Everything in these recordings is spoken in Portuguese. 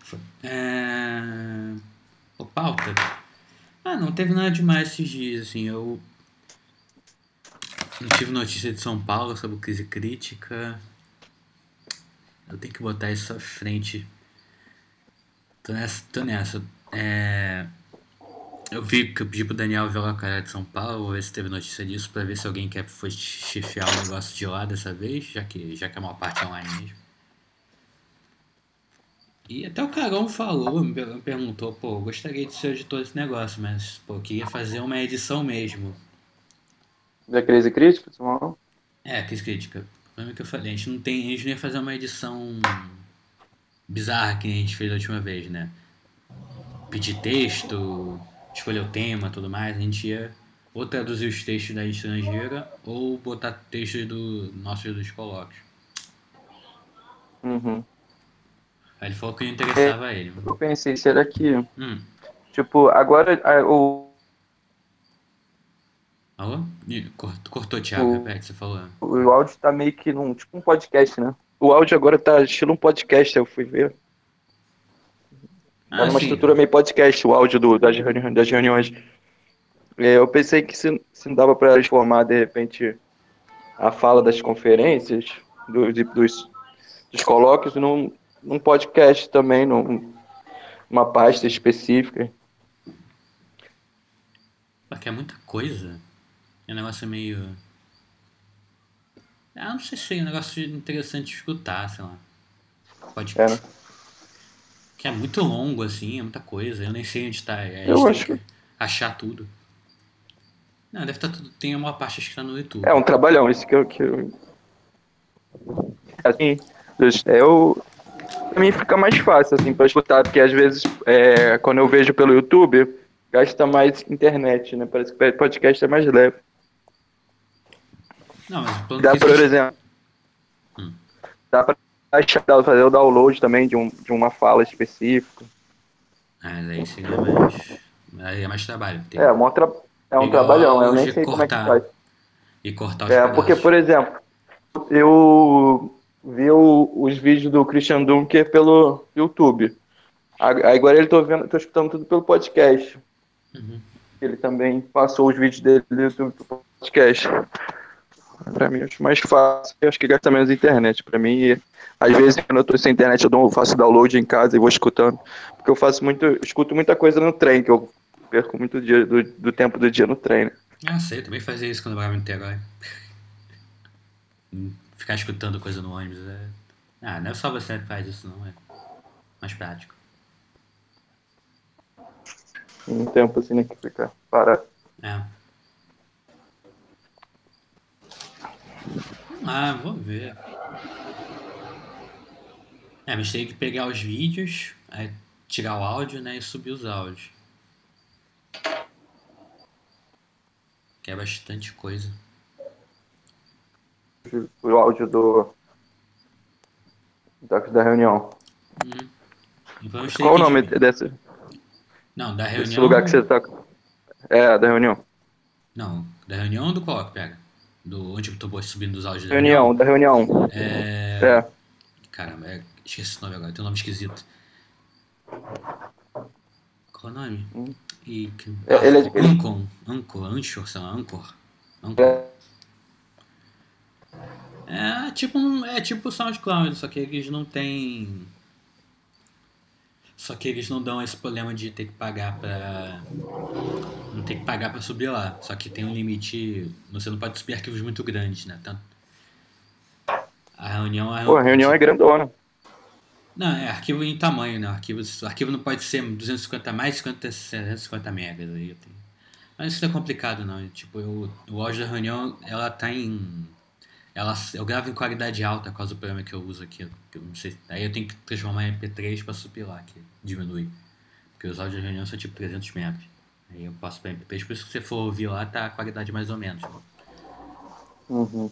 É... O pauta? Não teve nada demais esses dias, assim. Eu não tive notícia de São Paulo sobre crise crítica. Eu tenho que botar isso à frente. Tô nessa. É... Eu vi que eu pedi pro Daniel ver a cara de São Paulo, vou ver se teve notícia disso, pra ver se alguém quer foi chefiar o negócio de lá dessa vez, já que é uma parte online mesmo. E até o Carol falou, me perguntou, pô, eu gostaria de ser editor desse negócio, mas, pô, eu queria fazer uma edição mesmo. Da crise crítica, Simão? Crise crítica. O problema é que eu falei, a gente não ia fazer uma edição bizarra que a gente fez da última vez, né? Pedir texto, escolher o tema, tudo mais, a gente ia ou traduzir os textos da estrangeira ou botar textos do nossos dos colóquios. Uhum. Aí ele falou que não É, interessava a ele. eu pensei, será que, Hum, tipo, agora alô? Cortou, Thiago, o, repete, você falou. o áudio tá meio que num, tipo um podcast, né? O áudio agora tá estilo um podcast, eu fui ver. Tá numa Sim. estrutura meio podcast, o áudio das reuniões. Eu pensei que se não dava para transformar, de repente, a fala das conferências, dos colóquios, num podcast também, numa pasta específica. Porque é muita coisa. É um negócio meio. Não sei se é um negócio interessante de escutar, sei lá. Pode. É, né? Que é muito longo, assim, é muita coisa. Eu nem sei onde tá. A gente Eu tem acho. que achar tudo. Não, deve estar tudo. Tem uma parte acho que tá no É YouTube. um trabalhão, isso que eu assim, pra mim fica mais fácil, assim, pra escutar, porque às vezes, quando eu vejo pelo YouTube, gasta mais internet, né? Parece que o podcast é mais leve. Não, mas o plano Dá, que a por gente. exemplo, Hum. dá pra fazer o download também de uma fala específica. Mas aí seria mais. Aí é mais trabalho. Tem É, que é um pegar o trabalhão, eu nem áudio sei como é que faz. e cortar os É, porque, pedaços. por exemplo, eu vi os vídeos do Christian Dunker pelo YouTube. Agora ele tô escutando tudo pelo podcast. Uhum. Ele também passou os vídeos dele do YouTube pro podcast. Pra mim, acho mais fácil. Eu acho que gasta menos internet. Pra mim, às vezes, quando eu tô sem internet, faço download em casa e vou escutando. Porque escuto muita coisa no trem, que eu perco muito dia, do tempo do dia no trem, né? Sei, também fazia isso quando eu morava no Terói. Ficar escutando coisa no ônibus é. Não é só você que faz isso, não. É mais prático. Um tempo assim, né, que fica parado. É. Vou ver. Mas tem que pegar os vídeos, aí tirar o áudio, né, e subir os áudios. Que é bastante coisa. O áudio da reunião. E vamos ter Qual o que nome diminuir. Não, da desse lugar que reunião. você tá? É, da reunião. Não, da reunião ou do coloque, pega? Do onde eu tô subindo os áudios da reunião? Reunião, da reunião. É. É. Caramba, esqueci o nome agora, tem um nome esquisito. Qual é o nome? Ele, ele, Anchor, sei lá, Anchor. Anchor. ele É tipo o SoundCloud, só que eles não têm. Só que eles não dão esse problema de ter que pagar pra. Não ter que pagar pra subir lá. Só que tem um limite. Você não pode subir arquivos muito grandes, né? Tanto a reunião Pô, a é reunião é tipo. grandona. Não, é arquivo em tamanho, né? O arquivo não pode ser 250 mais 50, 750 megas. Aí eu tenho. Mas isso não é complicado, não. Tipo, o áudio da reunião, ela tá em. Eu gravo em qualidade alta por causa do programa que eu uso aqui. Eu não sei, aí eu tenho que transformar em MP3 pra subir lá, que diminui. Porque os áudios de reunião são tipo 300 megas. Aí eu passo pra MP3, por isso que se você for ouvir lá, tá a qualidade mais ou menos. Uhum.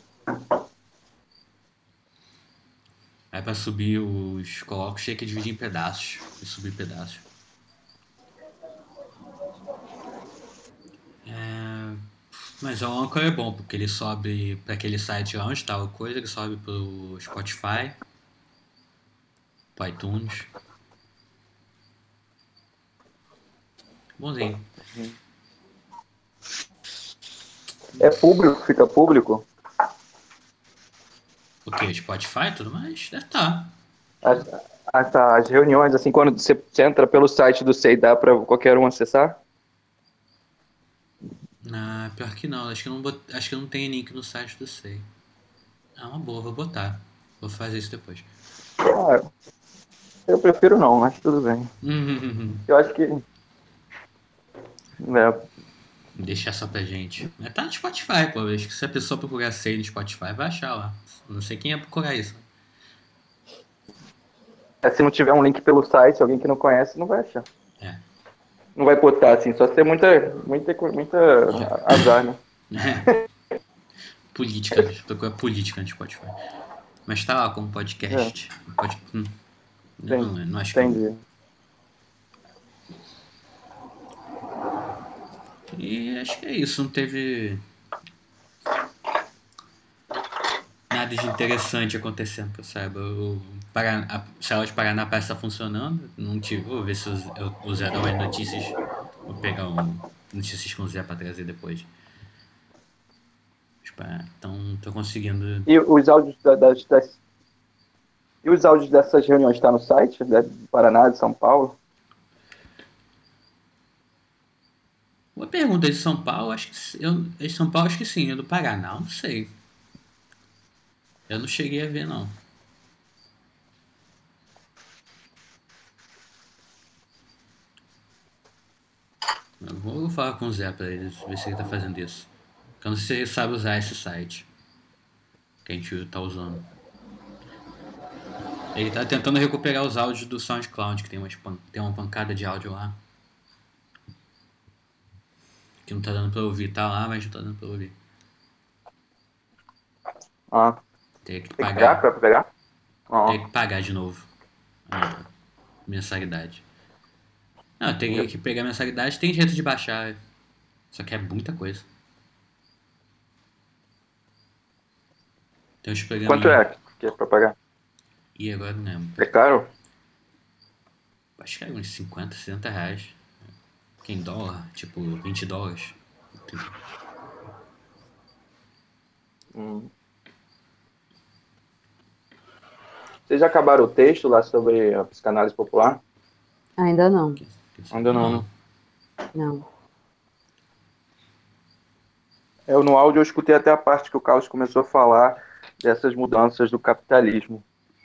Aí pra subir os colocos, tinha que dividir em pedaços. E subir pedaços. Mas o Anchor é bom, porque ele sobe pra aquele site lá onde tá o coisa, ele sobe pro Spotify, pro iTunes. Bonzinho. É público? Fica público? O que? Spotify e tudo mais? Deve estar. As, as reuniões, assim, quando você entra pelo site do SEI, dá para qualquer um acessar? Ah, pior que não. Acho que não tem link no site do SEI. Ah, uma boa, vou botar. Vou fazer isso depois. Ah, eu prefiro não, mas tudo bem. Uhum. Eu acho que. É, Deixar só pra gente. Mas tá no Spotify, pô. Acho que se a pessoa procurar SEI no Spotify, vai achar lá. Não sei quem ia procurar isso. se não tiver um link pelo site, alguém que não conhece não vai achar. É. Não vai botar assim, só se ter muita Já. azar, né? Política. Deixa eu procurar política no Spotify. Mas tá lá como É, podcast. Não acho que não. entendi. E acho que é isso. Não teve nada de interessante acontecendo, que eu saiba. A sala de Paraná parece estar funcionando. Não tive. Vou ver se o Zé dá umas notícias. Vou pegar notícias com o Zé pra trazer depois. Então, tô conseguindo. E os áudios e os áudios dessas reuniões estão no site, do Paraná, de São Paulo? Uma pergunta de São Paulo, acho que. De São Paulo, acho que sim. Do Paraná, não sei. Eu não cheguei a ver, não. Eu vou falar com o Zé pra ele, ver se ele tá fazendo isso. Porque eu não sei se ele sabe usar esse site que a gente tá usando. Ele tá tentando recuperar os áudios do SoundCloud, que tem uma pancada de áudio lá. Que não tá dando pra ouvir. Tá lá, mas não tá dando pra ouvir. Ah, Tem que tem que pagar pagar. para pegar? Tem Ah, que pagar de novo a mensalidade. Não, tem que pegar a mensalidade, tem jeito de baixar. Só que é muita coisa. Tem uns quanto programinhas. é que é para pagar? E agora não lembro. É caro? Acho que é uns 50, 60 reais. Que em dólar, tipo $20. Hum. Vocês já acabaram o texto lá sobre a psicanálise popular? Ainda não. Ainda não, né? Não. Não. Eu, no áudio eu escutei até a parte que o Carlos começou a falar dessas mudanças do capitalismo,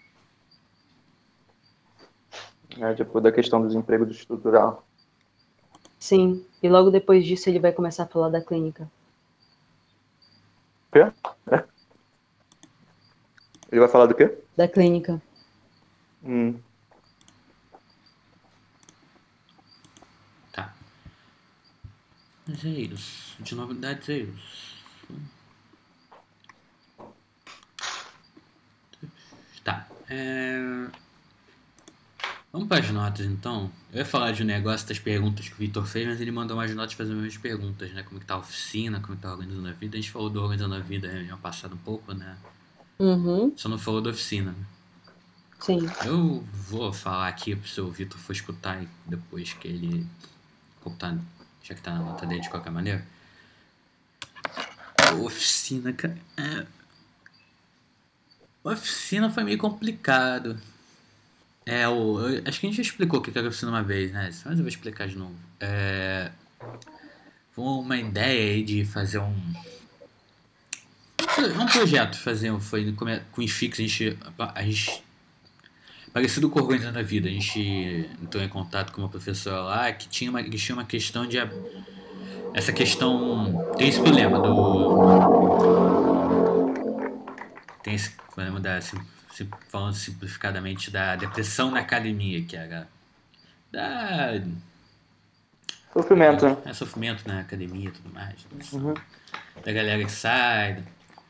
né, depois da questão do desemprego estrutural. Sim. E logo depois disso ele vai começar a falar da clínica. O quê? Ele vai falar do quê? Da clínica. Hum. Tá. Mas é isso. De novidades é isso. Tá. Vamos para as notas então. Eu ia falar de um negócio das perguntas que o Vitor fez, mas ele mandou mais notas fazendo as mesmas perguntas, né? Como é que tá a oficina, como é que tá organizando a vida. A gente falou do organizando a vida na reunião passada um pouco, né? Uhum. Só não falou da oficina, né? Sim. Eu vou falar aqui pro seu Vitor for escutar depois que ele. Já que tá na nota dele de qualquer maneira. A oficina, cara. A oficina foi meio complicado. Acho que a gente já explicou o que era a oficina uma vez, né? Mas eu vou explicar de novo. Foi uma ideia aí de fazer um projeto. Foi com o IFIX, a gente parecido com Organizando a Vida. A gente entrou em contato com uma professora lá que tinha uma questão de. Essa questão. Tem esse problema Tem esse problema falando simplificadamente da depressão na academia, que era. Da. Sofrimento, né? Sofrimento na academia e tudo mais. Uhum. Da galera que sai.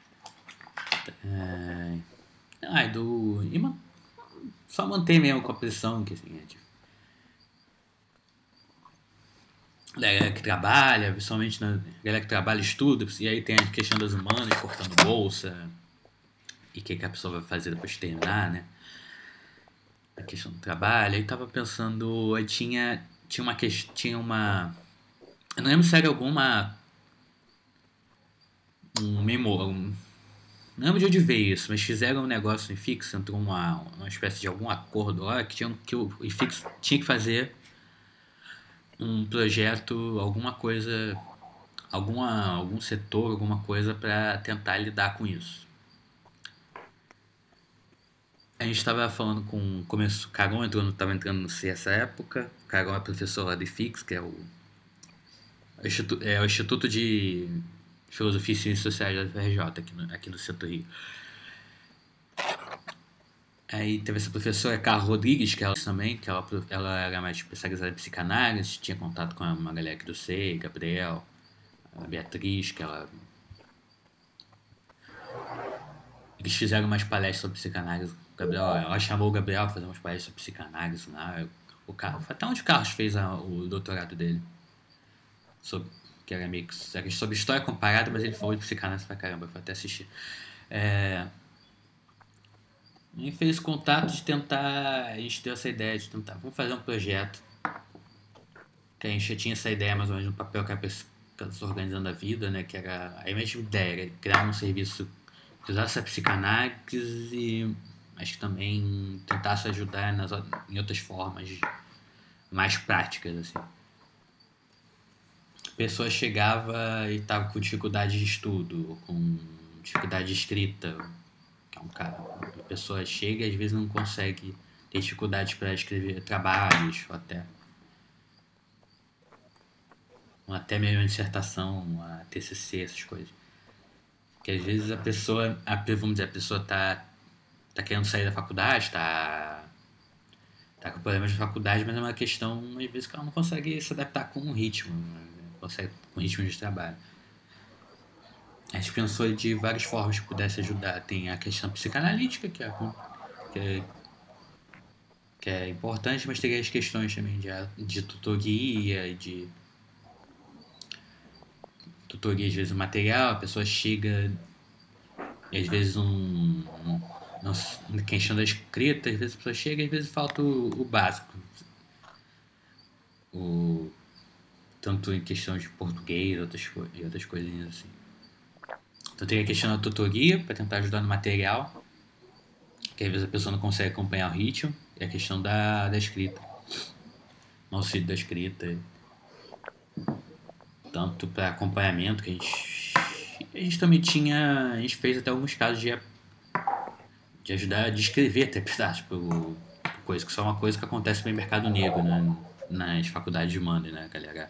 Só manter mesmo com a pressão, que assim, galera que trabalha, principalmente galera que trabalha e estuda, e aí tem a questão das humanas, cortando bolsa, e o que a pessoa vai fazer depois de terminar, né? A questão do trabalho. Aí tava pensando, aí tinha uma. Eu não lembro se era alguma. Não lembro de onde veio isso, mas fizeram um negócio no IFIX, entrou uma espécie de algum acordo lá que o IFIX tinha que fazer um projeto, alguma coisa, algum setor, alguma coisa para tentar lidar com isso. A gente estava falando com o Carol estava entrando no C essa época. O Carol é professor lá do IFIX, que é o Instituto de Filosofia e Ciências Sociais da FRJ, aqui no Centro Rio. Aí teve essa professora, Carla Rodrigues, que ela também, ela era mais especializada em psicanálise, tinha contato com uma galera aqui do C, Gabriel, a Beatriz, eles fizeram umas palestras sobre psicanálise. Ela chamou o Gabriel para fazer umas palestras sobre psicanálise lá. Foi até onde o Carlos fez o doutorado dele. Que era meio que era sobre história comparada, mas ele falou de psicanálise pra caramba, foi até assistir. A gente fez contato de tentar. A gente deu essa ideia de tentar. Vamos fazer um projeto. Que a gente já tinha essa ideia mais ou menos no papel que a pessoa está organizando a vida, né? Que era. A mesma ideia era criar um serviço que usasse a psicanálise, mas que também tentasse ajudar em outras formas mais práticas, assim. A pessoa chegava e estava com dificuldade de estudo, com dificuldade de escrita, que é um cara. A pessoa chega e às vezes não consegue ter dificuldades para escrever trabalhos, ou até mesmo a dissertação, a TCC, essas coisas. Que às vezes a pessoa tá querendo sair da faculdade, tá com problemas de faculdade, mas é uma questão, às vezes, que ela não consegue se adaptar com o ritmo, com o ritmo de trabalho. A gente pensou de várias formas que pudesse ajudar. Tem a questão psicanalítica, que é importante, mas tem as questões também de tutoria, às vezes, o material, a pessoa chega e às vezes na questão da escrita, às vezes a pessoa chega e às vezes falta o básico. Tanto em questão de português e outras coisinhas assim. Então tem a questão da tutoria, para tentar ajudar no material, que às vezes a pessoa não consegue acompanhar o ritmo, e a questão da escrita. No auxílio da escrita. Tanto para acompanhamento, que a gente também tinha. A gente fez até alguns casos de ajudar a descrever até tipo, coisa, que só é uma coisa que acontece no mercado negro, né? Nas faculdades de Manda, né, galera?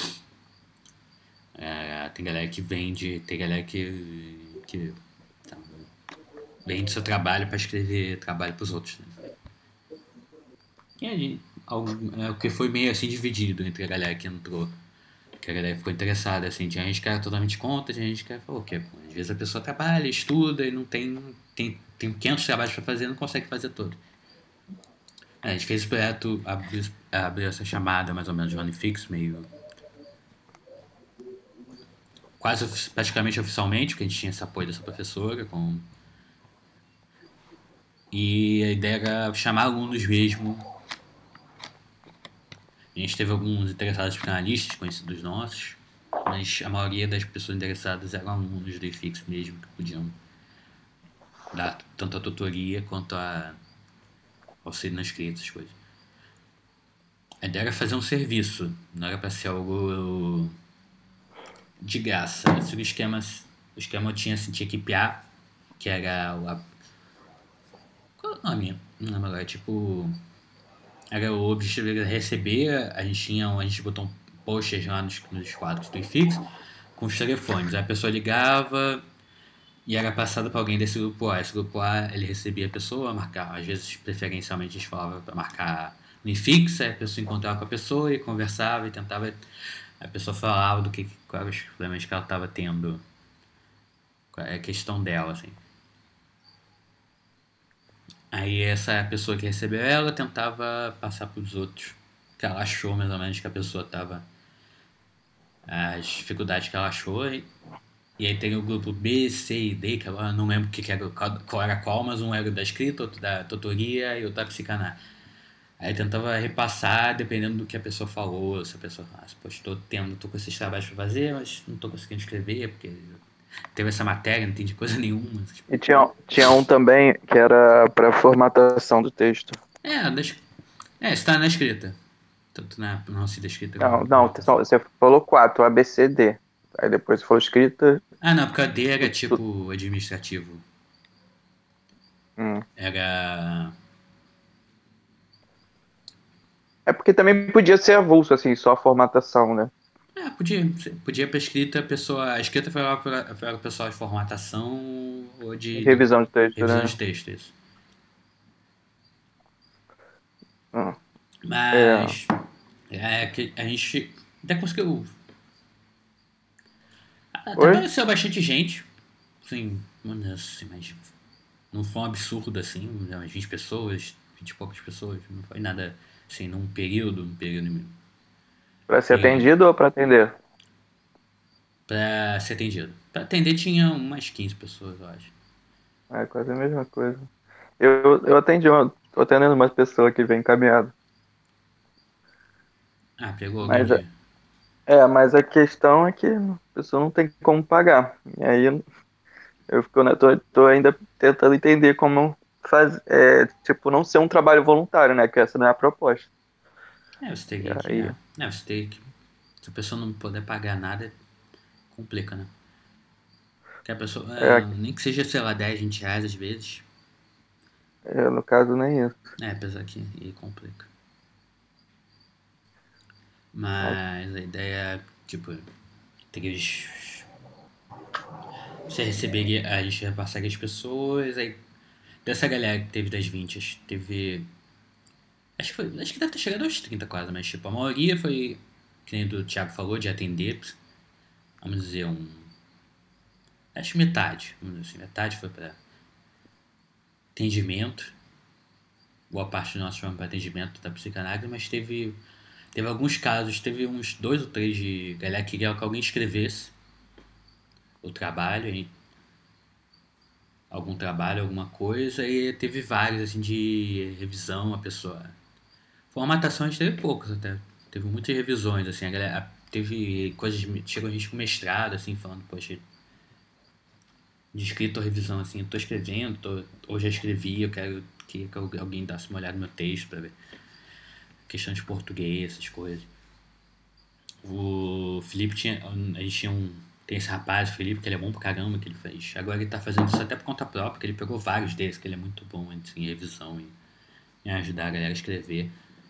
Tem galera que vende, tem galera que vende seu trabalho para escrever trabalho para os outros, né? E aí, o que foi meio assim dividido entre a galera que entrou, que a galera ficou interessada, assim, tinha gente que era totalmente contra, tinha gente que falou que às vezes a pessoa trabalha, estuda e não tem 500 trabalhos para fazer, não consegue fazer todo. A gente fez o projeto, abriu essa chamada mais ou menos de OneFix, meio quase praticamente oficialmente, porque a gente tinha esse apoio dessa professora. E a ideia era chamar alunos mesmo. A gente teve alguns interessados psicanalistas conhecidos nossos, mas a maioria das pessoas interessadas eram alunos do IFIX mesmo, que podiam dar tanto a tutoria quanto a auxílio na escrita, essas coisas. A ideia era fazer um serviço, não era para ser algo de graça. O esquema tinha que IPA, que era qual é o nome? Não lembro agora, era o objetivo era receber, a gente botou um post lá nos quadros do IFIX com os telefones. Aí a pessoa ligava e era passada para alguém desse grupo A. Esse grupo A, ele recebia a pessoa, marcava, às vezes preferencialmente a gente falava para marcar no IFIX, aí a pessoa encontrava com a pessoa e conversava e tentava. A pessoa falava quais eram os problemas que ela estava tendo, qual é a questão dela, assim. Aí essa pessoa que recebeu ela tentava passar para os outros, que ela achou mais ou menos que a pessoa estava, as dificuldades que ela achou. E aí tem o grupo B, C e D, que eu não lembro qual era qual, mas um era da escrita, outro da tutoria e outro da psicanálise. Aí tentava repassar dependendo do que a pessoa falou, se a pessoa falasse, pô, tô com esses trabalhos pra fazer, mas não tô conseguindo escrever, porque teve essa matéria, não entendi coisa nenhuma. Tipo, E tinha um também que era para formatação do texto. é, isso tá na escrita. Tanto na auxílio da escrita como Não, na não, formatação. você falou quatro, A, B, C, D. Aí depois você falou escrita. Ah, não, porque a D era Tu- tipo administrativo. hum. Era. É porque também podia ser avulso, assim, só a formatação, né? É, podia pra escrita, a escrita foi para o pessoal de formatação ou de Revisão de texto, revisão né? de texto, isso. Hum. É. Mas que a gente até conseguiu. Até Oi? apareceu bastante gente. Assim, vamos dizer assim, mas não foi um absurdo assim, umas 20 pessoas, 20 e poucas pessoas. Não foi nada assim, um período Para ser período atendido ou para atender? pra ser atendido. Pra atender tinha umas 15 pessoas, eu acho. É quase a mesma coisa. Eu atendi, tô atendendo umas pessoas que vem encaminhado. Ah, pegou alguém Mas, de. mas a questão é que a pessoa não tem como pagar. E aí eu fico, né, tô ainda tentando entender como tipo, não ser um trabalho voluntário, né? Que essa não é a proposta. Você E tem que. aí, Você tem que. Se a pessoa não puder pagar nada, complica, né? Porque a pessoa. é, Nem que seja, sei lá, 10, 20 reais às vezes. no caso nem isso. Apesar que aí complica. Mas, Mas a ideia é, tipo, teria. Você receberia. A gente repassaria as pessoas, aí. Dessa galera que teve das 20, teve. Acho que deve ter chegado aos 30 quase, mas tipo, a maioria foi. Que nem do Thiago falou, de atender. Vamos dizer, acho metade. Vamos dizer assim, metade foi para atendimento. Boa parte do nosso foi para atendimento da psicanálise, mas teve alguns casos, teve uns dois ou três de galera que queria que alguém escrevesse o trabalho, algum trabalho, alguma coisa, e teve vários assim de revisão, a pessoa. Formatação a gente teve poucos até. Teve muitas revisões, assim, a galera teve coisas, chegou a gente com mestrado, assim, falando, poxa, de escrita ou revisão, assim, eu tô escrevendo, ou já escrevi, eu quero que alguém desse uma olhada no meu texto pra ver. Questão de português, essas coisas. O Felipe tinha. A gente tinha um. Tem esse rapaz, o Felipe, que ele é bom pra caramba que ele fez. Agora ele tá fazendo isso até por conta própria, que ele pegou vários deles, que ele é muito bom assim, em revisão e em ajudar a galera a escrever.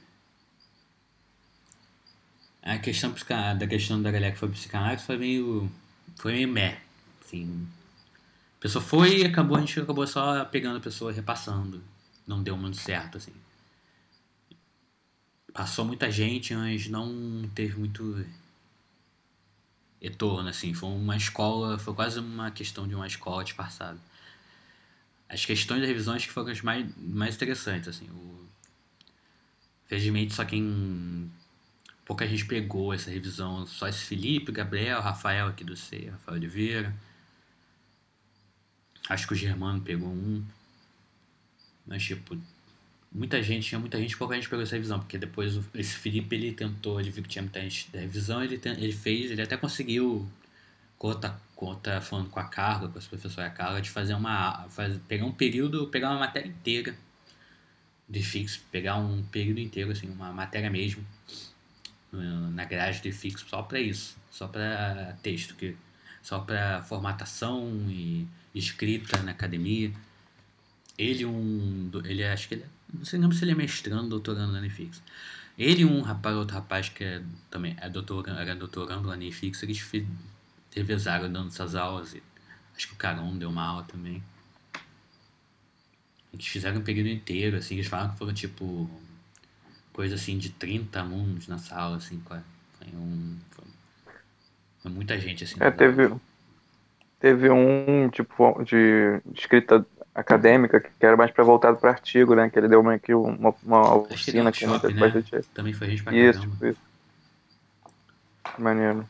A questão da questão da galera que foi psicanálise foi meio. Foi meio meh. Assim, a pessoa foi e acabou, a gente acabou só pegando a pessoa e repassando. Não deu muito certo, assim. Passou muita gente, mas não teve muito retorno, assim. Foi uma escola, foi quase uma questão de uma escola disfarçada. As questões da revisão acho que foram as mais interessantes, assim. Felizmente só quem. Pouca gente pegou essa revisão, só esse Felipe, Gabriel, Rafael aqui do C, Rafael Oliveira. Acho que o Germano pegou um. Mas, tipo, tinha muita gente, pouca gente pegou essa revisão, porque depois esse Felipe ele tentou, ele viu que tinha muita gente da revisão, ele fez, ele até conseguiu, falando com a Carla, com a professora Carla, de fazer pegar um período, pegar uma matéria inteira de fixo, pegar um período inteiro, assim, uma matéria mesmo, na grade de fixo, só pra isso, só pra texto, só pra formatação e escrita na academia. Ele acho que ele, não sei lembro se ele é mestrando ou doutorando na Unifix. Ele e outro rapaz que também era doutorando lá na Unifix, eles revezaram dando essas aulas. E acho que o Caron deu uma aula também. Eles fizeram um período inteiro, assim, eles falaram que foram tipo coisa assim de 30 alunos na sala, assim, foi muita gente assim É, nas aulas. teve um tipo de escrita acadêmica que era mais para voltado para artigo, né? Que ele deu meio que uma Acho que deu um oficina com workshop, né? bastante. Também foi gente pra Isso, caramba. tipo isso. Maneiro.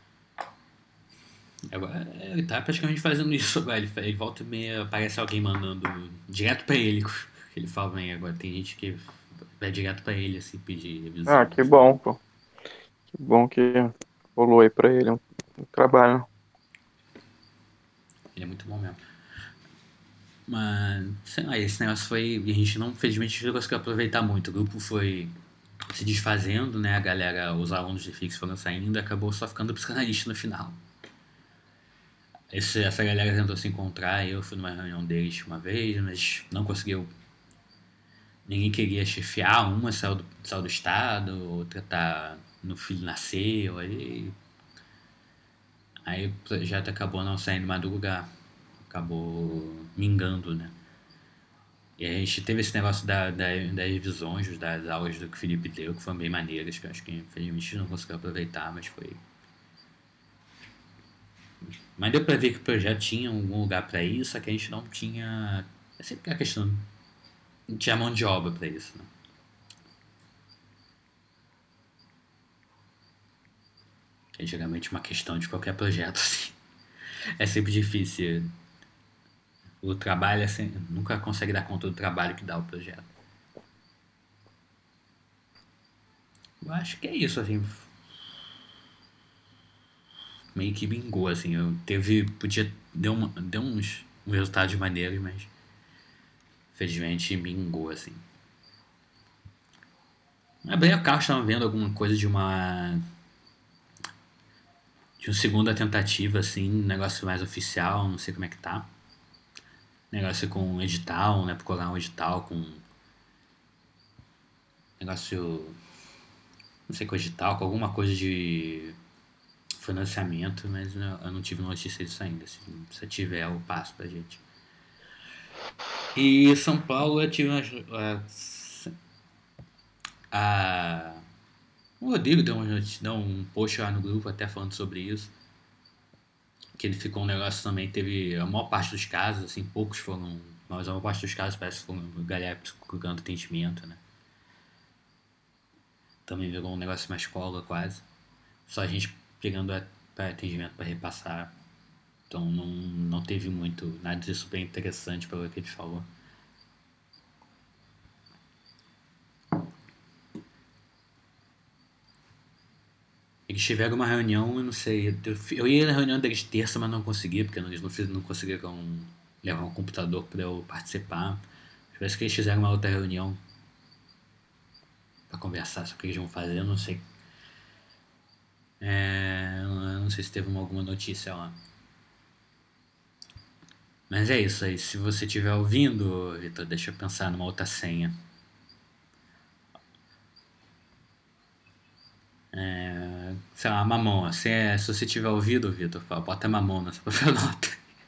Agora ele tá praticamente fazendo isso agora. Ele volta e meia, aparece alguém mandando direto pra ele. Ele fala, bem, agora tem gente que vai direto pra ele, assim, pedir Ah, revisão. que Assim. bom, pô. Que bom que rolou aí pra ele um trabalho. Ele é muito bom mesmo. Mas, sei lá, esse negócio foi. A gente não, infelizmente, não conseguiu aproveitar muito. O grupo foi se desfazendo, né? A galera, os alunos de Fix foram saindo, acabou só ficando psicanalista no final. Essa galera tentou se encontrar, eu fui numa reunião deles uma vez, mas não conseguiu. Ninguém queria chefiar, uma saiu do estado, outra tá no filho nasceu, aí o projeto acabou não saindo mais do lugar, acabou mingando, né? E a gente teve esse negócio das revisões, das aulas do que o Felipe deu, que foram bem maneiras, que eu acho que infelizmente não conseguiu aproveitar, mas foi. Mas deu pra ver que o projeto tinha algum lugar pra isso, só que a gente não tinha. É sempre a questão. Não tinha mão de obra pra isso, né? Que é geralmente uma questão de qualquer projeto, assim. É sempre difícil. O trabalho assim, nunca consegue dar conta do trabalho que dá o projeto. Eu acho que é isso, assim. Meio que bingou, assim. Eu teve. Podia. Deu uns resultados maneiros, mas. Felizmente bingou, assim. A Breia Carlos estavam vendo alguma coisa de uma. De uma segunda tentativa, assim. Um negócio mais oficial, não sei como é que tá. Negócio com edital, né? Procurar um edital com. Negócio. Não sei com edital, com alguma coisa de financiamento, mas eu não tive notícia disso ainda. Se eu tiver, eu passo pra gente. E São Paulo eu tive a o Rodrigo deu um post lá no grupo até falando sobre isso. Que ele ficou um negócio também, teve a maior parte dos casos, assim, poucos foram. Mas a maior parte dos casos parece que foram galera procurando atendimento, né? Também virou um negócio mais escola quase. Só a gente pegando para atendimento para repassar. Então não teve muito, nada de super interessante pelo que ele falou. Eles tiveram uma reunião, eu não sei. Eu ia na reunião deles terça, mas não consegui, porque eles não conseguiram levar um computador para eu participar. Parece que eles fizeram uma outra reunião para conversar sobre o que eles vão fazer, eu não sei. Eu não sei se teve alguma notícia lá. Mas é isso aí. Se você estiver ouvindo, Vitor, deixa eu pensar numa outra senha. Sei lá, mamona. Se você tiver ouvido, Vitor, bota mamona nessa própria nota.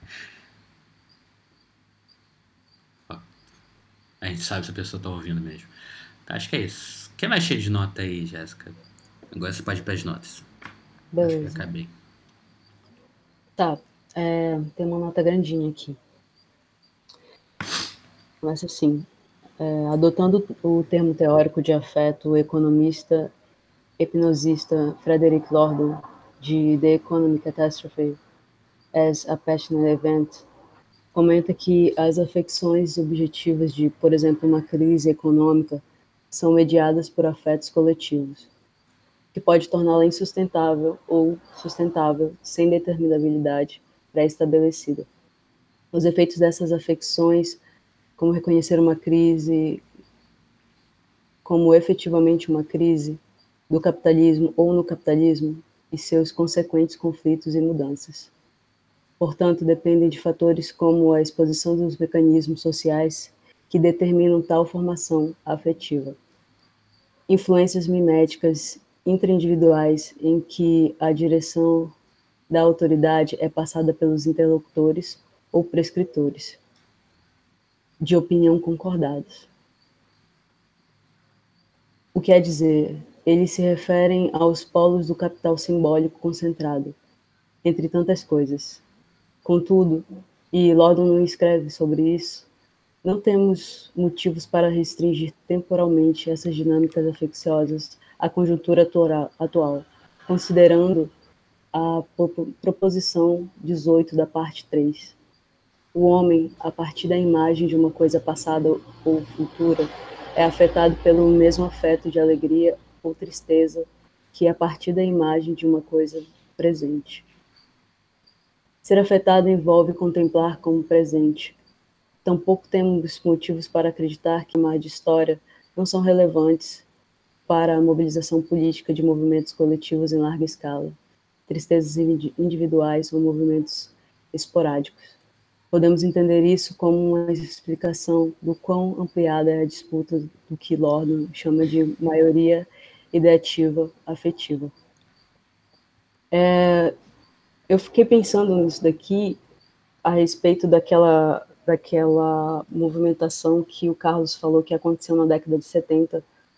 A gente sabe se a pessoa tá ouvindo mesmo. Tá, acho que é isso. O que mais cheio de nota aí, Jéssica? Agora você pode ir pras notas. Acho que eu Beleza. acabei. Tá, tem uma nota grandinha aqui. Começa assim. Adotando o termo teórico de afeto, o economista hipnosista Frederick Lordon, de The Economic Catastrophe as a Passionate Event, comenta que as afecções objetivas de, por exemplo, uma crise econômica são mediadas por afetos coletivos, que pode torná-la insustentável ou sustentável sem determinabilidade pré-estabelecida. Os efeitos dessas afecções, como reconhecer uma crise como efetivamente uma crise do capitalismo ou no capitalismo e seus consequentes conflitos e mudanças. Portanto, dependem de fatores como a exposição dos mecanismos sociais que determinam tal formação afetiva, influências miméticas intraindividuais em que a direção da autoridade é passada pelos interlocutores ou prescritores, de opinião concordados. O que quer dizer, eles se referem aos polos do capital simbólico concentrado, entre tantas coisas. Contudo, e Lordon não escreve sobre isso, não temos motivos para restringir temporalmente essas dinâmicas afecciosas à conjuntura atual, considerando a proposição 18 da parte 3. O homem, a partir da imagem de uma coisa passada ou futura, é afetado pelo mesmo afeto de alegria ou tristeza que é a partir da imagem de uma coisa presente. Ser afetado envolve contemplar como presente. Tampouco temos motivos para acreditar que a de história não são relevantes para a mobilização política de movimentos coletivos em larga escala, tristezas individuais ou movimentos esporádicos. Podemos entender isso como uma explicação do quão ampliada é a disputa do que Lordo chama de maioria ideativa afetiva. Eu fiquei pensando nisso daqui a respeito daquela movimentação que o Carlos falou que aconteceu na década de 70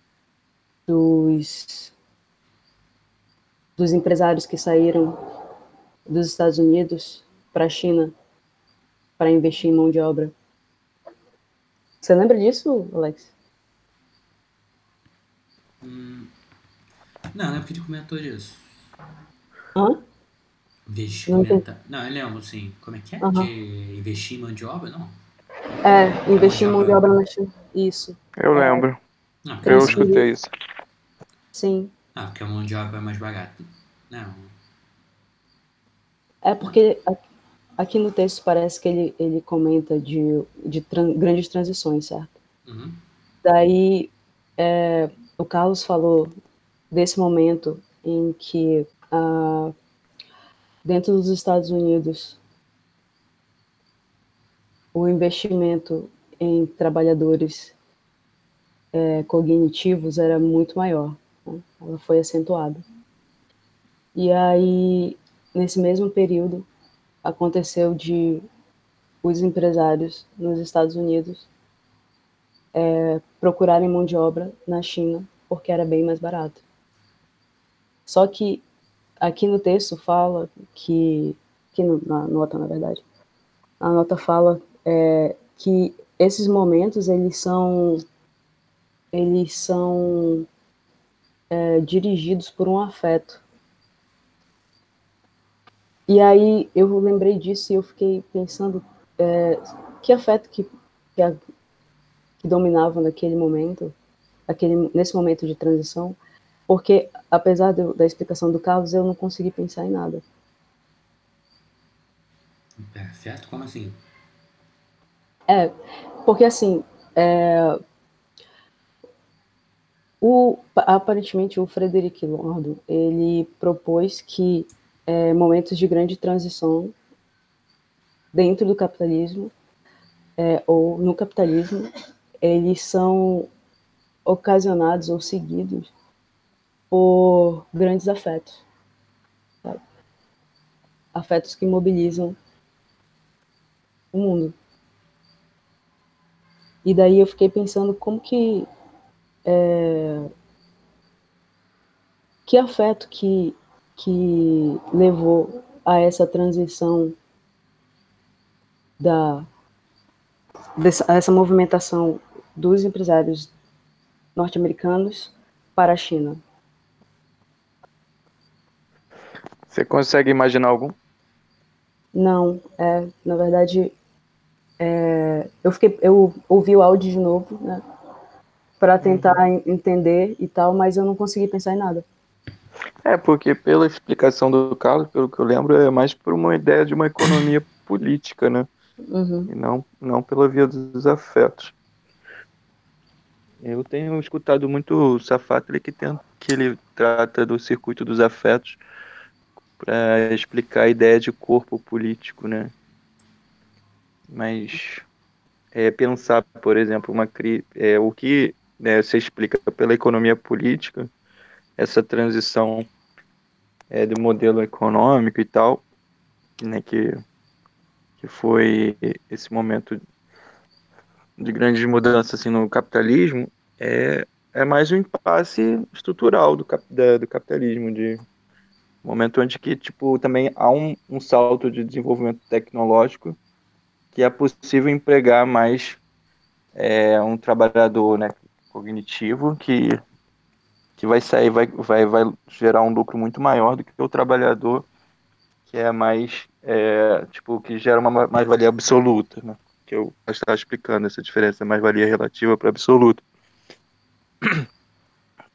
dos empresários que saíram dos Estados Unidos para a China para investir em mão de obra. Você lembra disso, Alex? Não, é porque ele comentou disso. Hã? Não, eu lembro, assim, como é que é? Uhum. De investir em mão de obra, não? Investir em mão de obra na China. Isso. Eu lembro. Não, Eu escutei isso. Sim. porque a mão de obra é mais barata. Não. É porque aqui no texto parece que ele comenta de grandes transições, certo? Uhum. Daí o Carlos falou desse momento em que dentro dos Estados Unidos o investimento em trabalhadores cognitivos era muito maior, né? Ela foi acentuada. E aí, nesse mesmo período, aconteceu de os empresários nos Estados Unidos procurarem mão de obra na China, porque era bem mais barato. Só que aqui no texto fala na nota, na verdade, a nota fala que esses momentos eles são dirigidos por um afeto. E aí eu lembrei disso e eu fiquei pensando que afeto que dominava naquele momento, nesse momento de transição, porque apesar da explicação do Carlos, eu não consegui pensar em nada. Certo? Como assim? Porque assim, aparentemente o Frederic Lordo, ele propôs que momentos de grande transição dentro do capitalismo ou no capitalismo, eles são ocasionados ou seguidos por grandes afetos, sabe? Afetos que mobilizam o mundo. E daí eu fiquei pensando como que afeto que levou a essa transição a essa movimentação dos empresários norte-americanos para a China. Você consegue imaginar algum? Não, na verdade, eu ouvi o áudio de novo, né, para tentar entender e tal, mas eu não consegui pensar em nada. Porque pela explicação do Carlos, pelo que eu lembro, é mais por uma ideia de uma economia política, né? Uhum. E não pela via dos afetos. Eu tenho escutado muito o Safatli que ele trata do circuito dos afetos para explicar a ideia de corpo político, né? Mas pensar, por exemplo, o que se explica pela economia política, essa transição do modelo econômico e tal, né, que foi esse momento de grandes mudanças assim, no capitalismo, é mais um impasse estrutural do capitalismo, de momento onde que tipo, também há um salto de desenvolvimento tecnológico que é possível empregar mais um trabalhador, né, cognitivo que vai sair, vai gerar um lucro muito maior do que o trabalhador que é mais, tipo, que gera uma mais-valia absoluta, né? Que eu estava explicando essa diferença, mais-valia relativa para absoluta.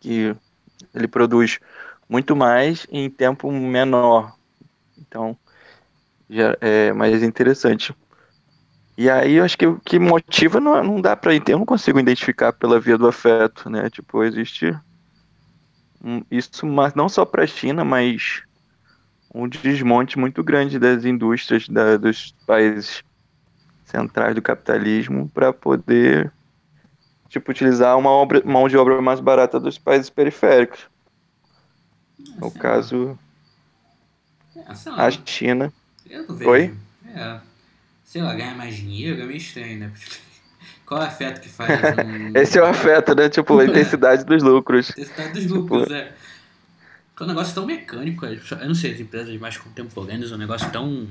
que ele produz muito mais em tempo menor. Então, já é mais interessante. E aí, eu acho que o que motiva não dá para eu não consigo identificar pela via do afeto, né? Tipo, existe isso, mas não só para a China, mas um desmonte muito grande das indústrias dos países centrais do capitalismo para poder, tipo, utilizar uma mão de obra mais barata dos países periféricos. No Sei lá. caso, Sei a lá. China. Eu não Oi? vejo. Sei lá, ganhar mais dinheiro é meio estranho, né? Qual é o afeto que faz Esse é o afeto, né? Tipo, a intensidade dos lucros. Intensidade dos Tipo, lucros, é. Que é um negócio tão mecânico, eu não sei, as empresas mais contemporâneas é um negócio tão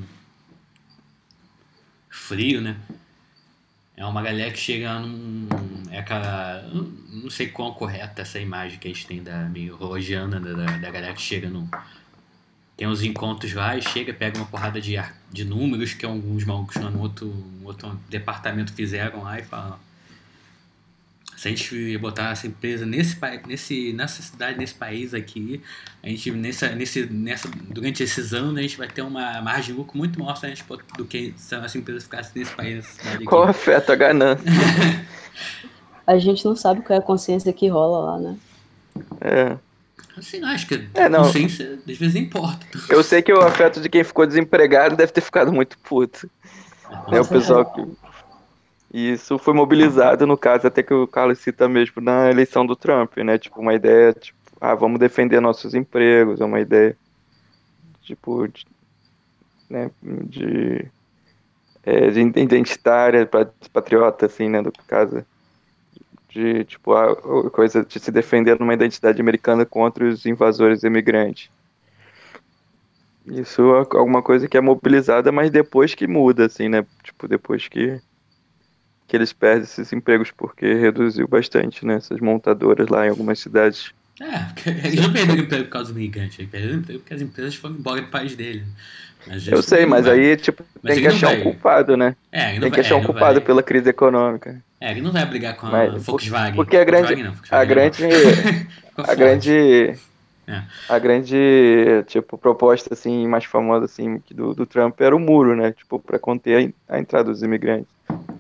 frio, né? É uma galera que chega num. É aquela. Não sei quão correta essa imagem que a gente tem da meio rologiana, da galera que chega num. Tem uns encontros lá e chega, pega uma porrada de números que alguns malucos lá no outro departamento fizeram lá e fala: se a gente botar essa empresa nessa cidade, nesse país aqui, a gente durante esses anos a gente vai ter uma margem de lucro muito maior do que se essa empresa ficasse nesse país, nessa cidade qual aqui. afeto? A ganância. A gente não sabe qual é a consciência que rola lá, né? É. Assim, acho que a Não. consciência às vezes importa. Eu sei que o afeto de quem ficou desempregado deve ter ficado muito puto. Com Né? O pessoal certeza. que. E isso foi mobilizado, no caso, até que o Carlos cita mesmo na eleição do Trump, né? Tipo, uma ideia, tipo, vamos defender nossos empregos, é uma ideia, tipo, né, de identitária, patriota, assim, né? Do caso, de, tipo, a coisa de se defender numa identidade americana contra os invasores imigrantes. Isso é alguma coisa que é mobilizada, mas depois que muda, assim, né? Tipo, depois que eles perdem esses empregos, porque reduziu bastante, né? Essas montadoras lá em algumas cidades. Porque eles não perderam emprego por causa do migrante, eles perderam emprego porque as empresas foram embora do país dele. Mas Eu isso sei, daí não mas vai. aí, tipo, Mas tem ele que não achar um vai. culpado, né? Ele não Tem que vai. achar um Ele não culpado vai. pela crise econômica. Ele não vai brigar com Mas a Volkswagen. porque Volkswagen não, a Volkswagen não é bom. grande, Com a a Ford. grande, É. a grande, tipo, proposta assim mais famosa assim do Trump era o muro, né? Tipo, para conter a entrada dos imigrantes.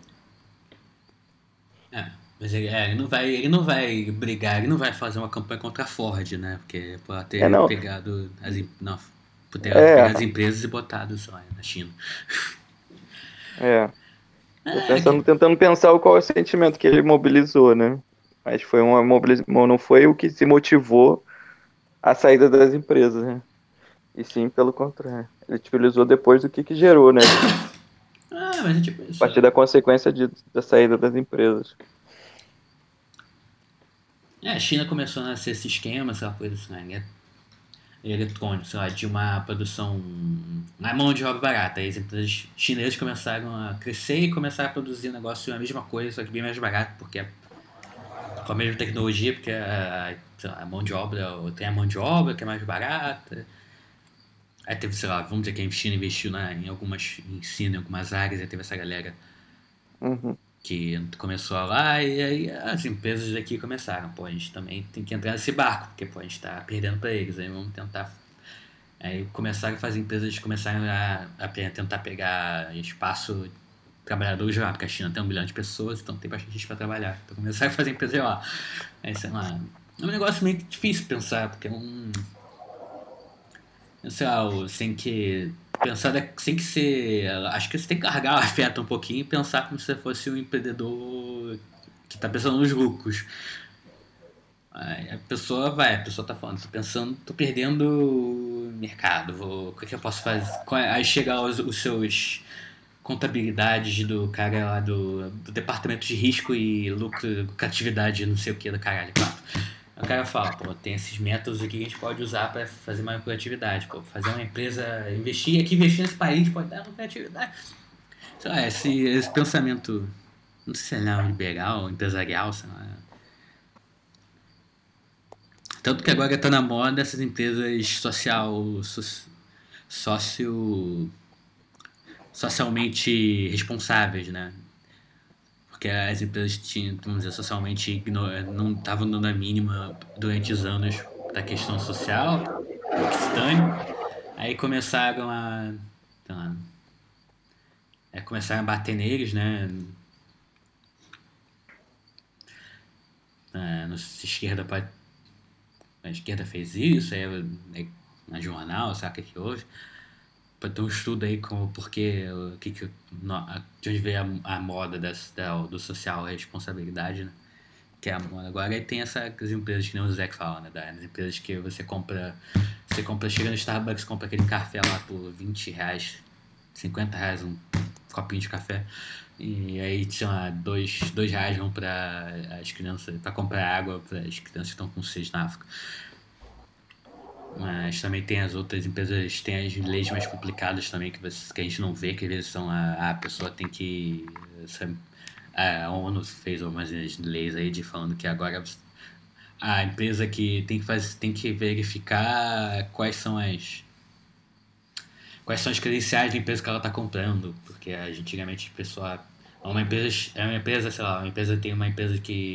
Mas ele não vai brigar, ele não vai fazer uma campanha contra a Ford, né? Porque por ter Não, pegado não, por ter é, pegado as empresas e botado só na China. é. Tô É, pensando, tentando pensar qual é o sentimento que ele mobilizou, né? Mas foi uma mobilização, não foi o que se motivou a saída das empresas, né? E sim, pelo contrário. Ele utilizou depois do que gerou, né? mas é tipo A isso. partir da consequência da saída das empresas. A China começou a nascer esse esquema, essa coisa assim, né? Eletrônico, sei lá, de uma produção na mão de obra barata. Aí as empresas chinesas começaram a crescer e começaram a produzir negócio a mesma coisa, só que bem mais barato, porque com a mesma tecnologia, porque sei lá, a mão de obra, tem a mão de obra que é mais barata. Aí teve, sei lá, vamos dizer que a China investiu em algumas ensino, em algumas áreas, aí teve essa galera Uhum. que começou lá e aí as empresas daqui começaram, pô, a gente também tem que entrar nesse barco, porque pô, a gente tá perdendo para eles, aí vamos tentar. Aí começaram a fazer empresas, começaram a tentar pegar espaço trabalhadores lá, porque a China tem 1 bilhão de pessoas, então tem bastante gente para trabalhar. Então começaram a fazer empresas lá. Aí, sei lá, é um negócio meio difícil pensar, porque é um. Sei lá, sem que. Pensar, sem que ser. Acho que você tem que largar o afeto um pouquinho e pensar como se você fosse um empreendedor que tá pensando nos lucros. Aí a pessoa tá falando, tô pensando, tô perdendo mercado, o que eu posso fazer? Aí chega os seus contabilidades do cara lá do departamento de risco e lucratividade, não sei o que, do caralho, quatro. Aí o cara fala, pô, tem esses métodos aqui que a gente pode usar para fazer mais lucratividade, pô, fazer uma empresa, investir nesse país pode dar lucratividade. Sei lá, esse pensamento, não sei se é neoliberal, empresarial, sei lá. Tanto que agora tá na moda essas empresas socio, socialmente responsáveis, né? porque as empresas tinham, vamos dizer, socialmente não estavam dando a mínima durante os anos da questão social, que se dane. Aí começaram a, sei lá, começaram a bater neles, né? A esquerda fez isso, aí na jornal, sabe o que houve? Para ter um estudo aí como porque de onde veio a moda do social responsabilidade, né? Que é a moda agora. Aí tem essas empresas que nem o Zé que fala, né? Das empresas que chega no Starbucks, compra aquele café lá por R$ 20, R$ 50 um copinho de café. E aí, sei lá, R$ 2 vão para as crianças, para comprar água para as crianças que estão com sede na África. Mas também tem as outras empresas, tem as leis mais complicadas também que a gente não vê, que às vezes são a pessoa tem que. A ONU fez algumas leis aí falando que agora a empresa que tem que verificar quais são as credenciais da empresa que ela está comprando, porque antigamente a pessoa sei lá, tem uma empresa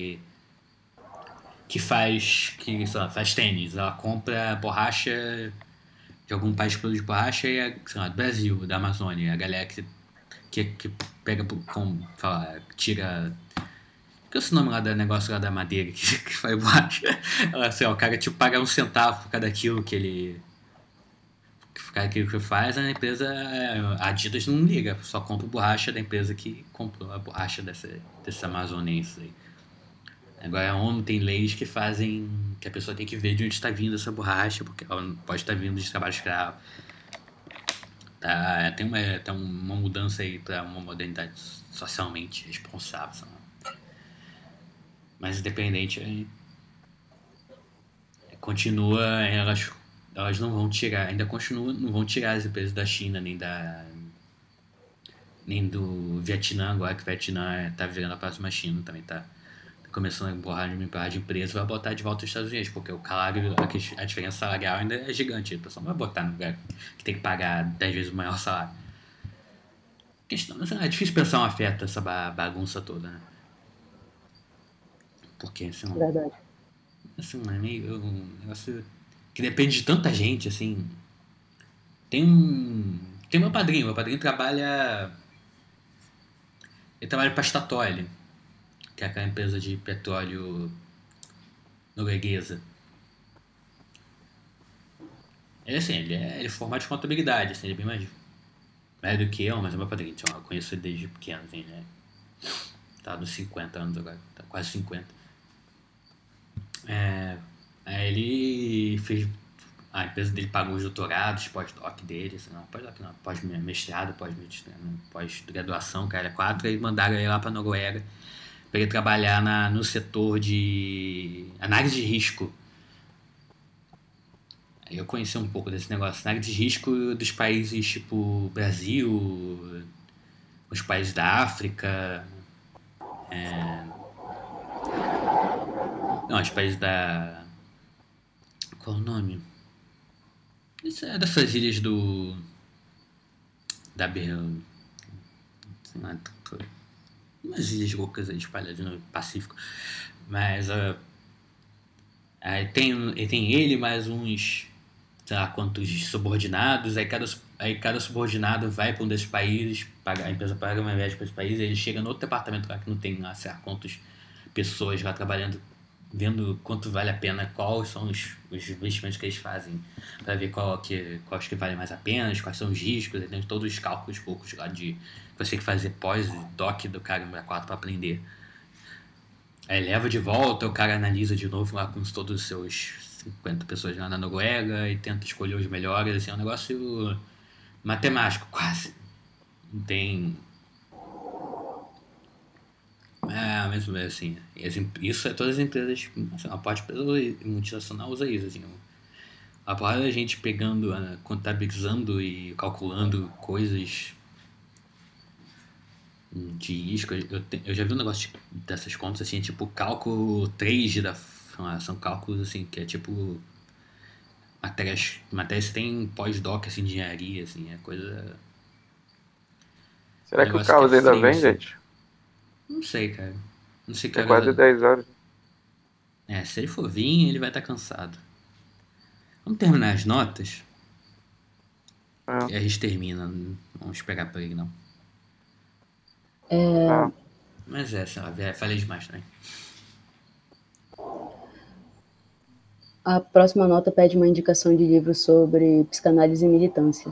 que sei lá, faz tênis, ela compra borracha de algum país que produz borracha e sei lá, do Brasil, da Amazônia, a galera que pega tira. Que é esse nome lá do negócio lá da madeira que faz borracha? Ela, assim, ó, o cara tipo paga 1 centavo por cada quilo que ele. Aquilo que faz, a empresa. A Adidas não liga, só compra borracha da empresa que comprou a borracha desse amazonense aí. Agora a ONU tem leis que fazem que a pessoa tem que ver de onde está vindo essa borracha, porque ela não pode estar vindo de trabalho escravo. Tem uma mudança aí para uma modernidade socialmente responsável. Sabe? Mas independente, continua, elas não vão tirar, ainda continuam, não vão tirar as empresas da China, nem do Vietnã, agora que o Vietnã tá virando a próxima China, também tá começando a empurrar de empresa, vai botar de volta os Estados Unidos, porque o salário, a diferença salarial ainda é gigante, a pessoa não vai botar no lugar que tem que pagar 10 vezes o maior salário. É difícil pensar um afeto essa bagunça toda, né? Porque, assim, Verdade. é meio um negócio que depende de tanta gente, assim. Tem meu padrinho trabalha. Ele trabalha para a Statoil, que é aquela empresa de petróleo norueguesa. Ele é formado de contabilidade, assim, ele é bem mais do que eu, mas é meu padrinho, então eu conheço ele desde pequeno, assim, né? Tá nos 50 anos agora, tá quase 50. Aí ele fez. A empresa dele pagou os doutorados, pós-doc dele, assim, não, pós-doc não, pós-mestrado, pós-graduação, cara, 4, aí mandaram ele lá pra Noruega para ele trabalhar no setor de análise de risco. Aí eu conheci um pouco desse negócio, análise de risco dos países tipo Brasil, os países da África, não, os países da... Qual é o nome? Isso é dessas ilhas da umas ilhas loucas aí espalhadas no Pacífico. Mas aí tem ele mais uns, sei lá quantos subordinados, aí cada subordinado vai para um desses países, a empresa paga uma viagem para esse país, aí ele chega no outro departamento lá que não tem lá, sei lá quantas pessoas lá trabalhando, vendo quanto vale a pena, quais são os investimentos que eles fazem, para ver quais que valem mais a pena, quais são os riscos, tem todos os cálculos poucos lá de você tem que fazer pós-doc do Caramba 4 para aprender. Aí leva de volta, o cara analisa de novo lá com todos os seus 50 pessoas lá na Noruega e tenta escolher os melhores, assim, é um negócio matemático, quase. Não tem... mas assim, isso é todas as empresas, assim, a parte multinacional usa isso, assim, a porrada da gente pegando, contabilizando e calculando coisas de risco. Eu já vi um negócio dessas contas, assim, tipo cálculo 3 são cálculos, assim, que é tipo matérias que tem pós-doc, assim, de engenharia, assim, é coisa... Será que o Carlos ainda vem, gente? Não sei, cara. Não sei que É quase horas. 10 horas. Se ele for vir, ele vai estar cansado. Vamos terminar as notas É, e a gente termina. Não vamos pegar pra ele, não. é. Mas sei lá, falei demais também. A próxima nota pede uma indicação de livro sobre psicanálise e militância.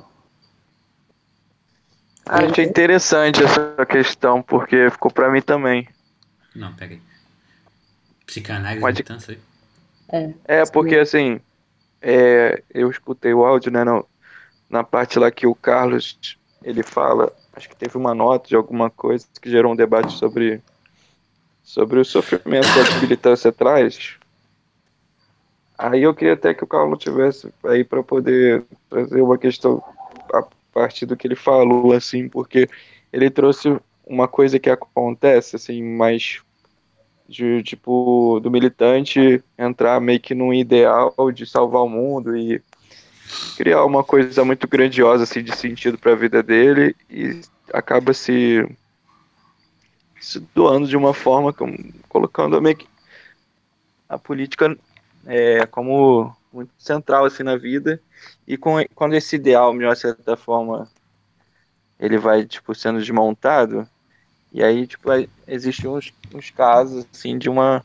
Achei interessante essa questão, porque ficou pra mim também. Não, pega aí. Psicanálise e Mas, militância aí. porque assim, eu escutei o áudio, né, na parte lá que o Carlos, ele fala, acho que teve uma nota de alguma coisa que gerou um debate sobre o sofrimento que a militância traz. Aí eu queria até que o Carlos tivesse aí para poder trazer uma questão a partir do que ele falou, assim, porque ele trouxe uma coisa que acontece, assim, mais de tipo do militante entrar meio que num ideal de salvar o mundo e criar uma coisa muito grandiosa assim de sentido para a vida dele e acaba se doando de uma forma colocando meio que a política como muito central assim na vida e quando esse ideal de uma certa forma ele vai tipo sendo desmontado e aí tipo existem uns casos assim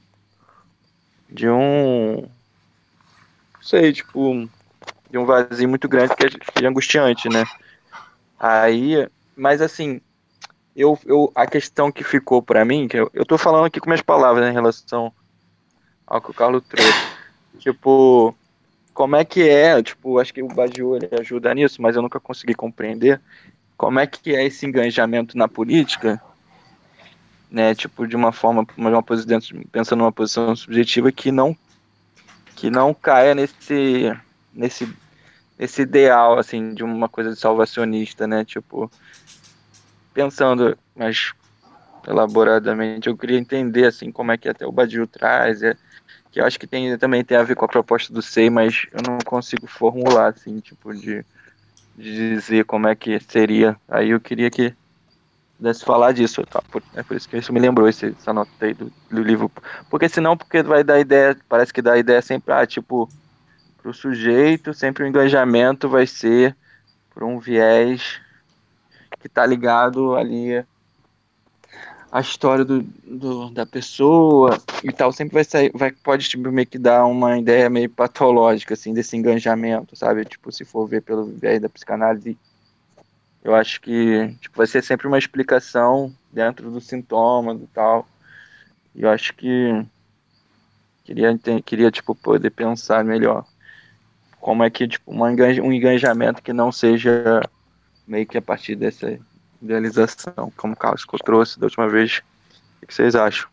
de um não sei tipo de um vazio muito grande que é angustiante, né? Aí, mas assim, a questão que ficou pra mim, que eu tô falando aqui com minhas palavras, né, em relação ao que o Carlos trouxe. Tipo, como é que tipo, acho que o Badiou ele ajuda nisso, mas eu nunca consegui compreender como é que é esse engajamento na política, né, tipo, de uma forma, uma posição, pensando numa posição subjetiva que não caia nesse esse ideal, assim, de uma coisa de salvacionista, né? Tipo, pensando mais elaboradamente, eu queria entender, assim, como é que até o Badiou traz, que eu acho que também tem a ver com a proposta do SEI, mas eu não consigo formular, assim, tipo, de dizer como é que seria. Aí eu queria que pudesse falar disso, tá? É por isso que isso me lembrou essa nota aí do livro. Porque senão, porque vai dar ideia, parece que dá ideia sempre, tipo, pro sujeito, sempre o engajamento vai ser por um viés que tá ligado ali à história da pessoa e tal, sempre vai sair, pode tipo, meio que dar uma ideia meio patológica, assim, desse engajamento, sabe? Tipo, se for ver pelo viés da psicanálise, eu acho que tipo, vai ser sempre uma explicação dentro do sintoma e tal. E eu acho que queria tipo, poder pensar melhor como é que tipo, um engajamento que não seja meio que a partir dessa idealização, como o Carlos trouxe da última vez. O que vocês acham?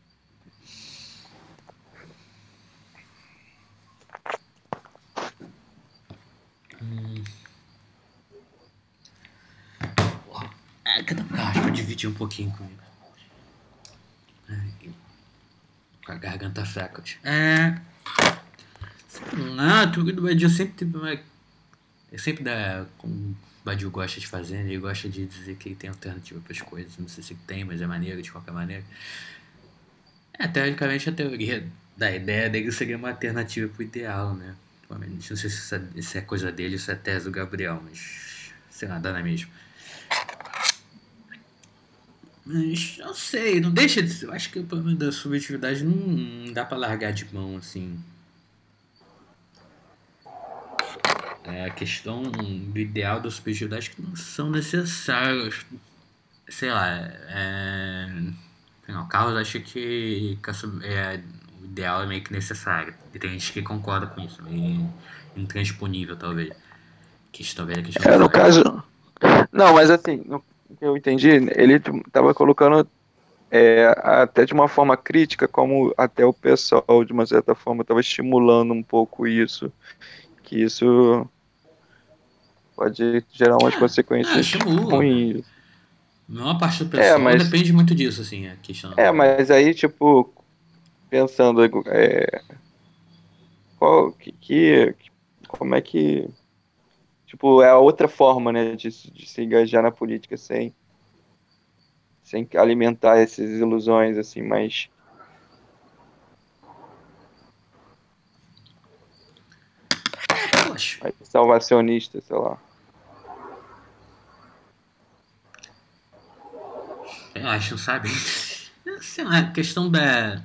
Acho que eu dividi um pouquinho comigo. Com a garganta fraca. Não, tudo do Badiou sempre teve uma. É sempre dá. Como o Badiou gosta de fazer, né? Ele gosta de dizer que ele tem alternativa para as coisas. Não sei se tem, mas é maneiro de qualquer maneira. Teoricamente a teoria da ideia dele seria uma alternativa pro ideal, né? Não sei se é coisa dele ou se é tese do Gabriel, mas sei lá, dá na mesma. Mas não sei, não deixa de ser. Eu acho que o problema da subjetividade não dá pra largar de mão assim. A questão do ideal da subjetividade que não são necessários. Sei lá, não, o Carlos acha que o ideal é meio que necessário. E tem gente que concorda com isso, meio intransponível, talvez. Talvez a questão do No Freud. caso, não, mas assim, no que eu entendi, ele estava colocando até de uma forma crítica, como até o pessoal, de uma certa forma, estava estimulando um pouco isso, que isso pode gerar umas consequências Estimula. ruins. Uma parte do É, pessoal mas, depende muito disso, assim, a questão do. mas aí, tipo, pensando, como é que, tipo, é a outra forma, né, de se engajar na política sem alimentar essas ilusões, assim, mais Poxa, salvacionistas, sei lá. eu acho, sabe? Sei lá, a questão da.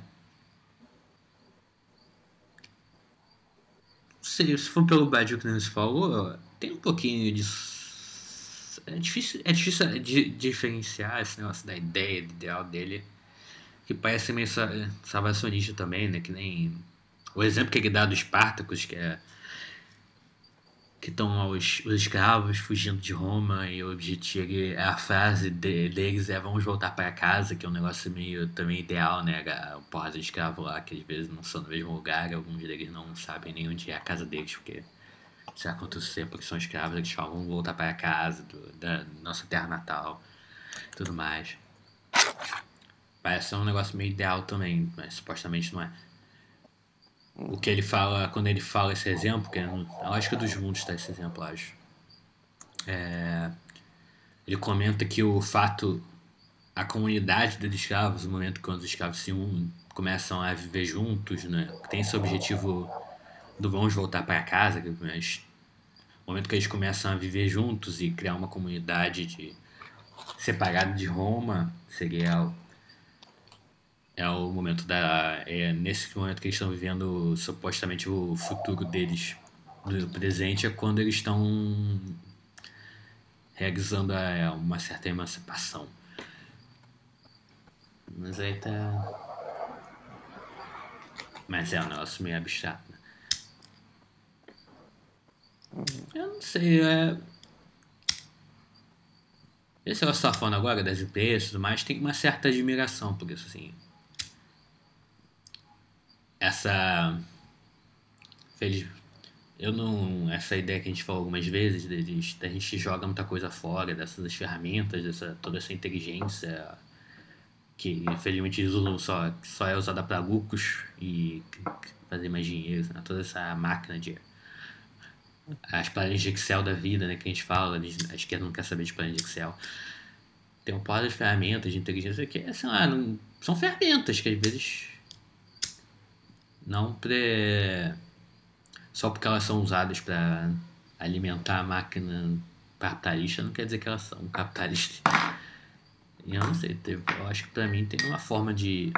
Se for pelo Badiou que você falou, tem um pouquinho de. É difícil diferenciar esse negócio da ideia, do ideal dele, que parece meio salvacionista também, né? Que nem o exemplo que ele dá dos Espartacos, que estão os escravos fugindo de Roma e o objetivo, a frase deles é vamos voltar para casa, que é um negócio meio também ideal, né? O porra de escravo lá, que às vezes não são no mesmo lugar, alguns deles não sabem nem onde é a casa deles, porque se acontecer porque são escravos, eles falam vamos voltar para casa, da nossa terra natal, tudo mais. Parece ser um negócio meio ideal também, mas supostamente não é. O que ele fala, quando ele fala esse exemplo, que é a lógica dos mundos tá esse exemplo, acho. Ele comenta que o fato, a comunidade dos escravos, no momento quando os escravos começam a viver juntos, né, tem esse objetivo do vamos voltar para casa, mas no momento que eles começam a viver juntos e criar uma comunidade separada de Roma, seria o momento nesse momento que eles estão vivendo supostamente o futuro deles do presente é quando eles estão realizando uma certa emancipação. Mas aí tá. Mas é um negócio meio abstrato, né? Eu não sei, esse negócio que você tá falando agora das empresas e tudo mais, tem uma certa admiração por isso, assim. Essa. Feliz. Eu não. Essa ideia que a gente falou algumas vezes, a gente joga muita coisa fora, dessas ferramentas, toda essa inteligência que infelizmente usam só é usada para lucros e fazer mais dinheiro, né? Toda essa máquina de as planilhas de Excel da vida, né, que a gente fala, a esquerda não quer saber de planilha de Excel. Tem um par de ferramentas de inteligência que, sei lá, são ferramentas que às vezes não só porque elas são usadas para alimentar a máquina capitalista, não quer dizer que elas são capitalistas. E eu não sei, eu acho que pra mim tem uma forma de.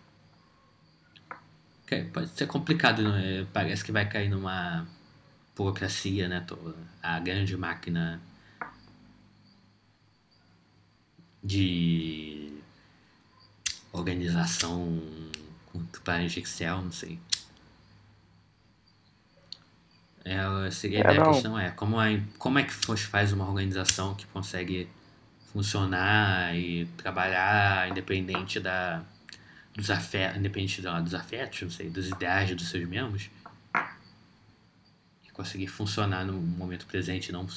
Pode ser complicado, né? Parece que vai cair numa burocracia, né? A grande máquina de organização com planilha de Excel, não sei. Seria a É, ideia, a não. questão é como é que faz uma organização que consegue funcionar e trabalhar independente dos afetos, não sei, dos ideais dos seus membros e conseguir funcionar no momento presente, não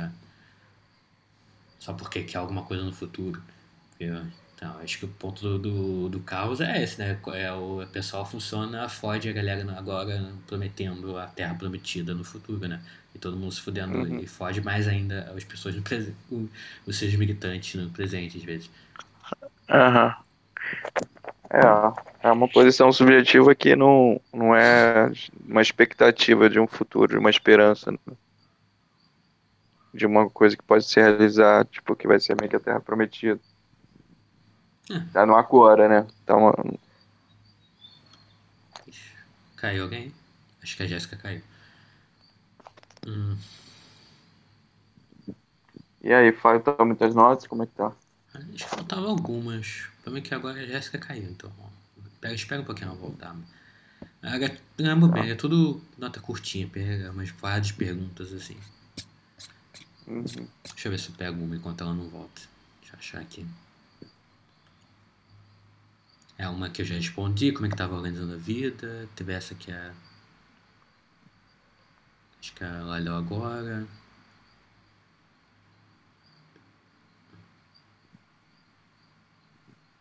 só porque quer alguma coisa no futuro. Então, acho que o ponto do caos é esse, né? O pessoal funciona, fode a galera agora prometendo a terra prometida no futuro, né? E todo mundo se fudendo Uhum. e fode mais ainda as pessoas no presente, os seus militantes no presente, às vezes. Aham. É uma posição subjetiva que não é uma expectativa de um futuro, de uma esperança, né? De uma coisa que pode se realizar, tipo, que vai ser meio que a Terra Prometida. Ah, Tá no agora, né? Então, caiu alguém? Acho que a Jéssica caiu. Hum, e aí, faltam muitas notas? Como é que tá? acho que faltavam algumas. Também que agora a Jéssica caiu, então. Espera um pouquinho ela voltar. Não é Tá. bem, é tudo nota curtinha, pega umas várias perguntas assim. Uhum. Deixa eu ver se eu pego uma enquanto ela não volta. Deixa eu achar aqui. É uma que eu já respondi, como é que tava organizando a vida. Teve essa que acho que ela leu agora.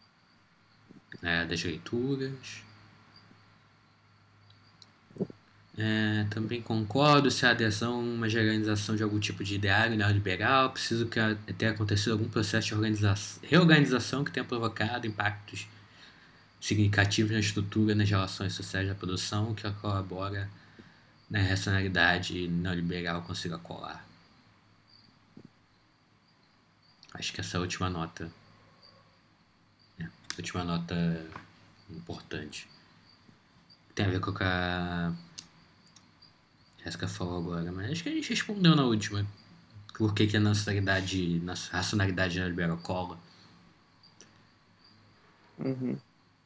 Das leituras. Também concordo se a adesão a uma organização de algum tipo de ideário neoliberal preciso que tenha acontecido algum processo de reorganização que tenha provocado impactos significativos na estrutura nas relações sociais da produção que colabora na racionalidade neoliberal consiga colar. Acho que essa é a última nota. Última nota importante. Tem a ver com o que a Jéssica falou agora, mas acho que a gente respondeu na última. Por que a racionalidade neoliberal cola? Uhum.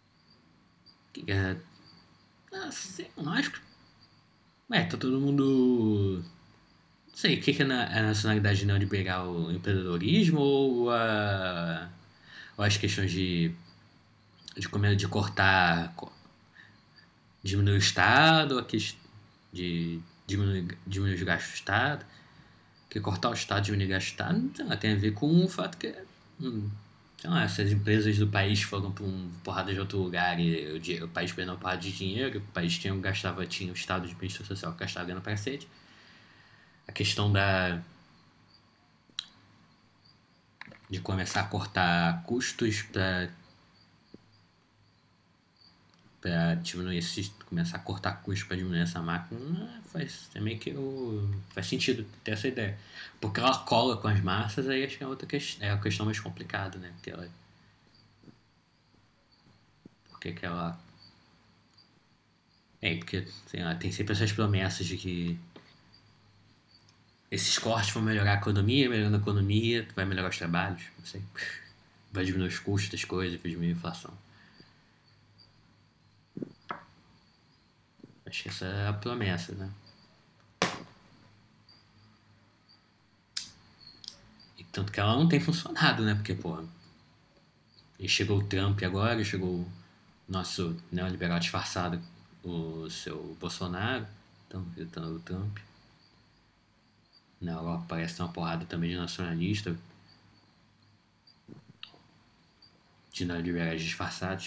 Sei lá, acho que. Tá todo mundo. Não sei, o que é a nacionalidade neoliberal? O empreendedorismo ou as questões de cortar. Diminuir o Estado, de diminuir os gastos do Estado? Porque cortar o Estado, diminuir o gasto do Estado, sei lá, tem a ver com o fato que. Sei lá, se as empresas do país foram para uma porrada de outro lugar e o país perdeu uma porrada de dinheiro, o país tinha o Estado de bem-estar social que gastava grana para cacete. A questão de começar a cortar custos para diminuir começar a cortar custos para diminuir essa máquina, faz sentido ter essa ideia. Porque ela cola com as massas, aí acho que é a questão mais complicada, né? Porque ela. Porque sei lá, tem sempre essas promessas de que esses cortes vão melhorar a economia, melhorando a economia, vai melhorar os trabalhos, não sei. Vai diminuir os custos das coisas, vai diminuir a inflação. Acho que essa é a promessa, né? E tanto que ela não tem funcionado, né? Porque, pô, chegou o Trump agora, chegou o nosso neoliberal disfarçado, o seu Bolsonaro, estão gritando o Trump. Na Europa parece ter uma porrada também de nacionalista, de neoliberais disfarçados,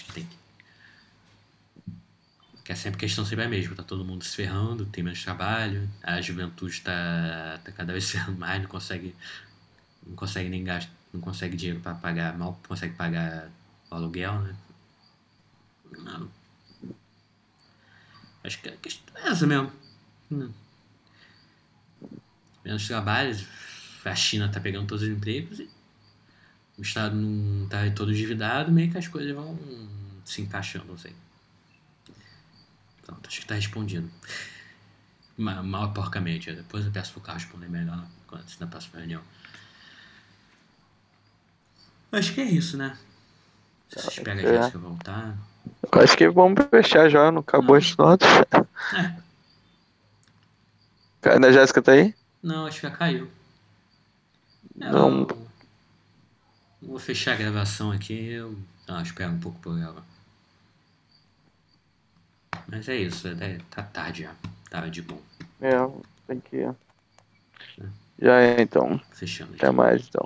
que é sempre questão sempre a mesma, tá todo mundo se ferrando, tem menos trabalho, a juventude tá cada vez se ferrando mais, não consegue nem gastar, não consegue dinheiro para pagar, mal consegue pagar o aluguel, né? Não. Acho que a questão é essa mesmo. Menos trabalhos, a China tá pegando todos os empregos e o Estado não tá todo endividado, meio que as coisas vão se encaixando, não sei. Então, acho que tá respondido. Mal porcamente. Depois eu peço pro Carlos responder melhor na próxima reunião. Acho que é isso, né? Você espera a Jéssica voltar. Acho que vamos fechar já, não acabou as notas. A Jéssica tá aí? Não, acho que já caiu. Não. Vou fechar a gravação aqui. Espero um pouco por ela. Mas é isso, tá tarde já. Tava de bom. Tem que. Já é então. Fechando. Até mais então.